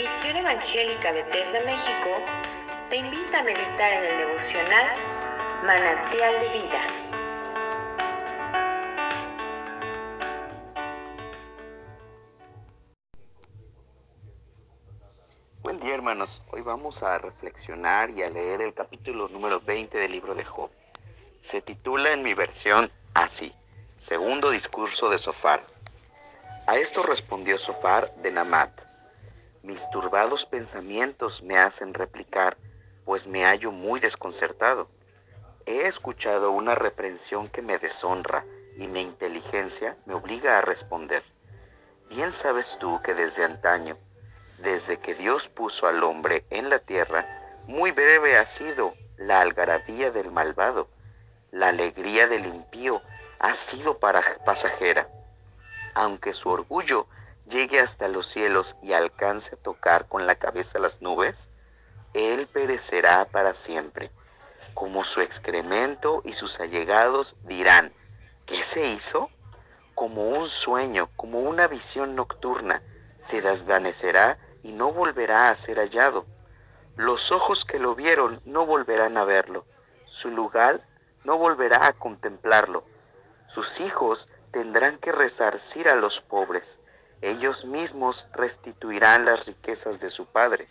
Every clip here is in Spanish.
Misión Evangélica Bethesda México te invita a meditar en el devocional Manantial de Vida. Buen día, hermanos. Hoy vamos a reflexionar y a leer el capítulo número 20 del libro de Job. Se titula en mi versión así: Segundo discurso de Sofar. A esto respondió Sofar de Namat: mis turbados pensamientos me hacen replicar, pues me hallo muy desconcertado. He escuchado una reprensión que me deshonra, y mi inteligencia me obliga a responder. Bien sabes tú que desde antaño, desde que Dios puso al hombre en la tierra, muy breve ha sido la algarabía del malvado. La alegría del impío ha sido pasajera. Aunque su orgullo llegue hasta los cielos y alcance a tocar con la cabeza las nubes, él perecerá para siempre. Como su excremento y sus allegados dirán: ¿qué se hizo? Como un sueño, como una visión nocturna, se desvanecerá y no volverá a ser hallado. Los ojos que lo vieron no volverán a verlo, su lugar no volverá a contemplarlo. Sus hijos tendrán que resarcir a los pobres, ellos mismos restituirán las riquezas de su padre.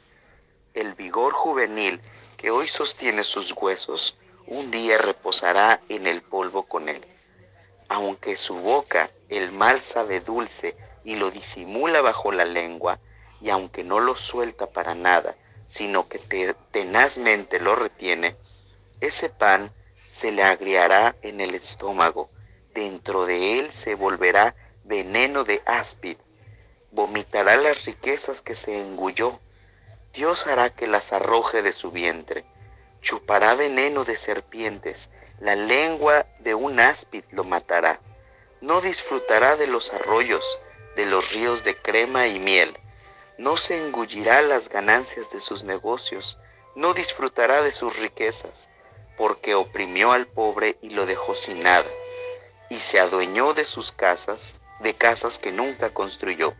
El vigor juvenil que hoy sostiene sus huesos, un día reposará en el polvo con él. Aunque su boca el mal sabe dulce y lo disimula bajo la lengua, y aunque no lo suelta para nada, sino que tenazmente lo retiene, ese pan se le agriará en el estómago, dentro de él se volverá veneno de áspid, vomitará las riquezas que se engulló. Dios hará que las arroje de su vientre, chupará veneno de serpientes, la lengua de un áspid lo matará. No disfrutará de los arroyos, de los ríos de crema y miel. No se engullirá las ganancias de sus negocios, no disfrutará de sus riquezas, porque oprimió al pobre y lo dejó sin nada, y se adueñó de sus casas, de casas que nunca construyó.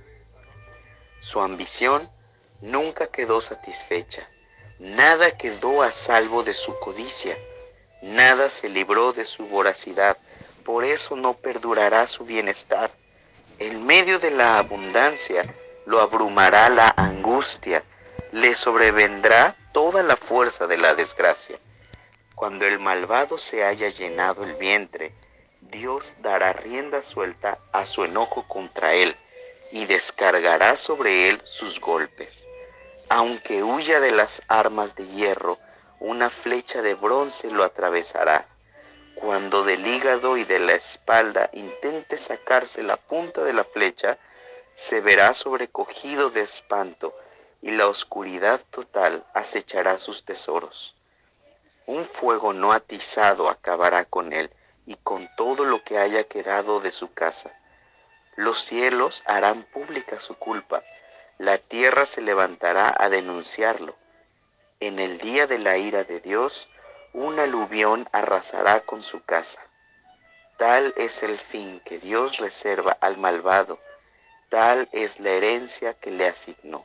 Su ambición nunca quedó satisfecha, nada quedó a salvo de su codicia, nada se libró de su voracidad, por eso no perdurará su bienestar. En medio de la abundancia lo abrumará la angustia, le sobrevendrá toda la fuerza de la desgracia. Cuando el malvado se haya llenado el vientre, Dios dará rienda suelta a su enojo contra él y descargará sobre él sus golpes. Aunque huya de las armas de hierro, una flecha de bronce lo atravesará. Cuando del hígado y de la espalda intente sacarse la punta de la flecha, se verá sobrecogido de espanto y la oscuridad total acechará sus tesoros. Un fuego no atizado acabará con él y con todo lo que haya quedado de su casa. Los cielos harán pública su culpa, la tierra se levantará a denunciarlo. En el día de la ira de Dios, un aluvión arrasará con su casa. Tal es el fin que Dios reserva al malvado, tal es la herencia que le asignó.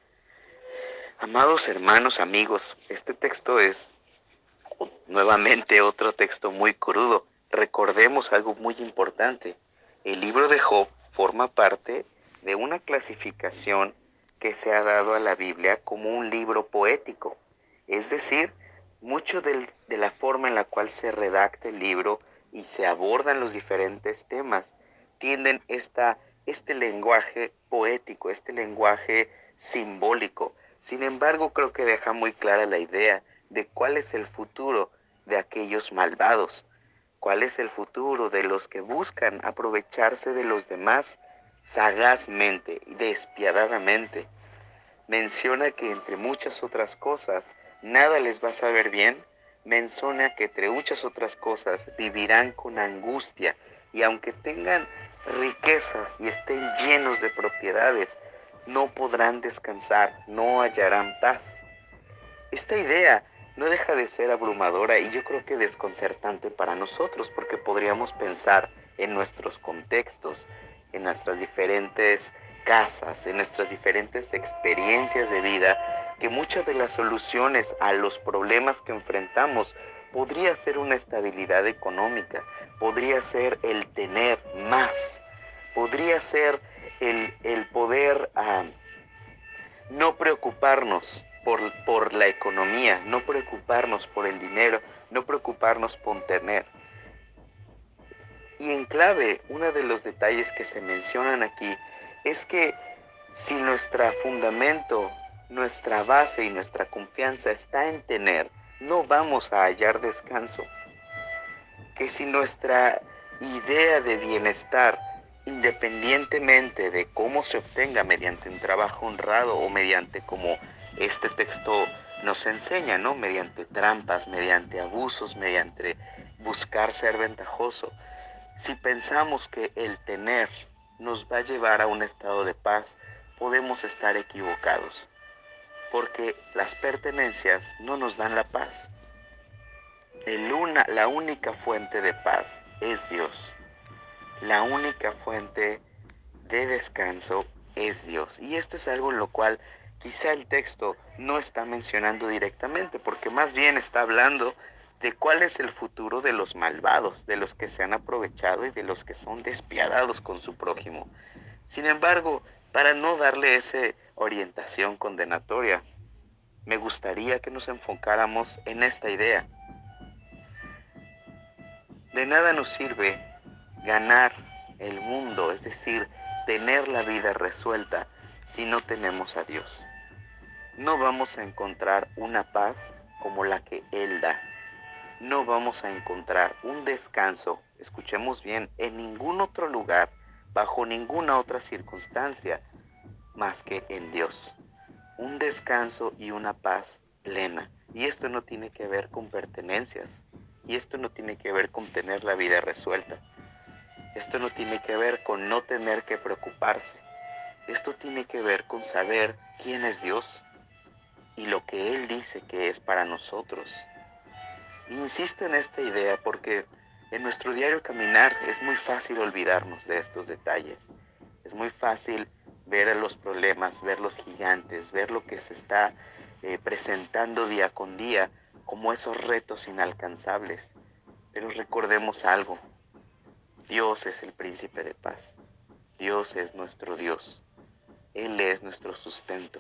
Amados hermanos, amigos, este texto es nuevamente otro texto muy crudo. Recordemos algo muy importante. El libro de Job forma parte de una clasificación que se ha dado a la Biblia como un libro poético. Es decir, mucho de la forma en la cual se redacta el libro y se abordan los diferentes temas tienden este lenguaje poético, este lenguaje simbólico. Sin embargo, creo que deja muy clara la idea de cuál es el futuro de aquellos malvados, cuál es el futuro de los que buscan aprovecharse de los demás sagazmente y despiadadamente. Menciona que entre muchas otras cosas nada les va a saber bien. Menciona que entre muchas otras cosas vivirán con angustia y aunque tengan riquezas y estén llenos de propiedades, no podrán descansar, no hallarán paz. Esta idea no deja de ser abrumadora y yo creo que desconcertante para nosotros, porque podríamos pensar en nuestros contextos, en nuestras diferentes casas, en nuestras diferentes experiencias de vida, que muchas de las soluciones a los problemas que enfrentamos podría ser una estabilidad económica, podría ser el tener más, podría ser el poder no preocuparnos por la economía, no preocuparnos por el dinero, no preocuparnos por tener. Y en clave, uno de los detalles que se mencionan aquí es que si nuestro fundamento, nuestra base y nuestra confianza está en tener, no vamos a hallar descanso. Que si nuestra idea de bienestar, independientemente de cómo se obtenga mediante un trabajo honrado o mediante como este texto nos enseña, ¿no? Mediante trampas, mediante abusos, mediante buscar ser ventajoso. Si pensamos que el tener nos va a llevar a un estado de paz, podemos estar equivocados, porque las pertenencias no nos dan la paz. La única fuente de paz es Dios. La única fuente de descanso es Dios. Y esto es algo en lo cual quizá el texto no está mencionando directamente, porque más bien está hablando de cuál es el futuro de los malvados, de los que se han aprovechado y de los que son despiadados con su prójimo. Sin embargo, para no darle esa orientación condenatoria, me gustaría que nos enfocáramos en esta idea. De nada nos sirve ganar el mundo, es decir, tener la vida resuelta, si no tenemos a Dios. No vamos a encontrar una paz como la que Él da. No vamos a encontrar un descanso, escuchemos bien, en ningún otro lugar, bajo ninguna otra circunstancia, más que en Dios. Un descanso y una paz plena. Y esto no tiene que ver con pertenencias. Y esto no tiene que ver con tener la vida resuelta. Esto no tiene que ver con no tener que preocuparse. Esto tiene que ver con saber quién es Dios y lo que Él dice que es para nosotros. Insisto en esta idea porque en nuestro diario caminar es muy fácil olvidarnos de estos detalles. Es muy fácil ver los problemas, ver los gigantes, ver lo que se está presentando día con día como esos retos inalcanzables. Pero recordemos algo, Dios es el príncipe de paz. Dios es nuestro Dios. Él es nuestro sustento.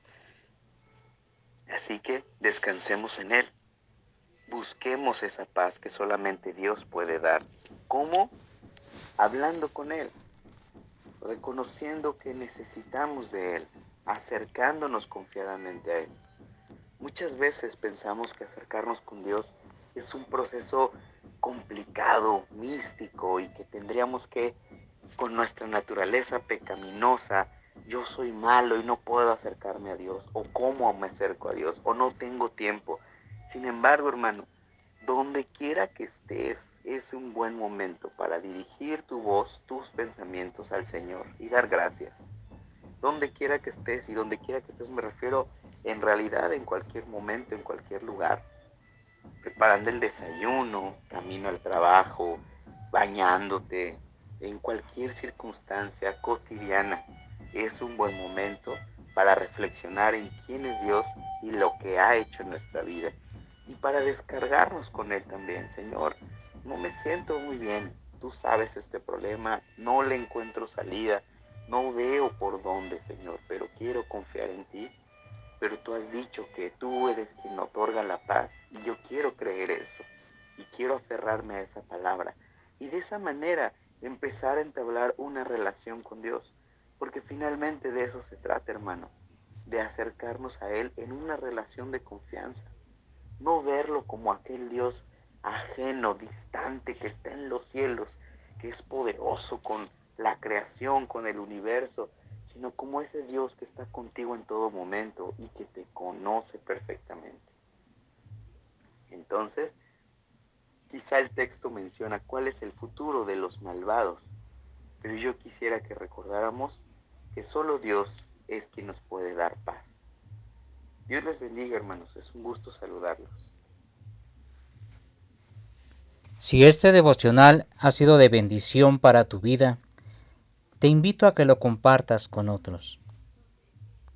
Así que descansemos en Él. Busquemos esa paz que solamente Dios puede dar. ¿Cómo? Hablando con Él, reconociendo que necesitamos de Él, acercándonos confiadamente a Él. Muchas veces pensamos que acercarnos con Dios es un proceso complicado, místico y que tendríamos que, con nuestra naturaleza pecaminosa, yo soy malo y no puedo acercarme a Dios, o cómo me acerco a Dios, o no tengo tiempo. Sin embargo, hermano, donde quiera que estés, es un buen momento para dirigir tu voz, tus pensamientos al Señor y dar gracias. Donde quiera que estés, y donde quiera que estés me refiero en realidad en cualquier momento, en cualquier lugar, preparando el desayuno, camino al trabajo, bañándote, en cualquier circunstancia cotidiana, es un buen momento para reflexionar en quién es Dios y lo que ha hecho en nuestra vida. Y para descargarnos con Él también. Señor, no me siento muy bien, tú sabes este problema, no le encuentro salida, no veo por dónde, Señor, pero quiero confiar en ti. Pero tú has dicho que tú eres quien otorga la paz y yo quiero creer eso y quiero aferrarme a esa palabra y de esa manera empezar a entablar una relación con Dios, porque finalmente de eso se trata, hermano, de acercarnos a Él en una relación de confianza, no verlo como aquel Dios ajeno, distante, que está en los cielos, que es poderoso con la creación, con el universo, sino como ese Dios que está contigo en todo momento y que te conoce perfectamente. Entonces, quizá el texto menciona cuál es el futuro de los malvados, pero yo quisiera que recordáramos que solo Dios es quien nos puede dar paz. Dios les bendiga, hermanos, es un gusto saludarlos. Si este devocional ha sido de bendición para tu vida, te invito a que lo compartas con otros.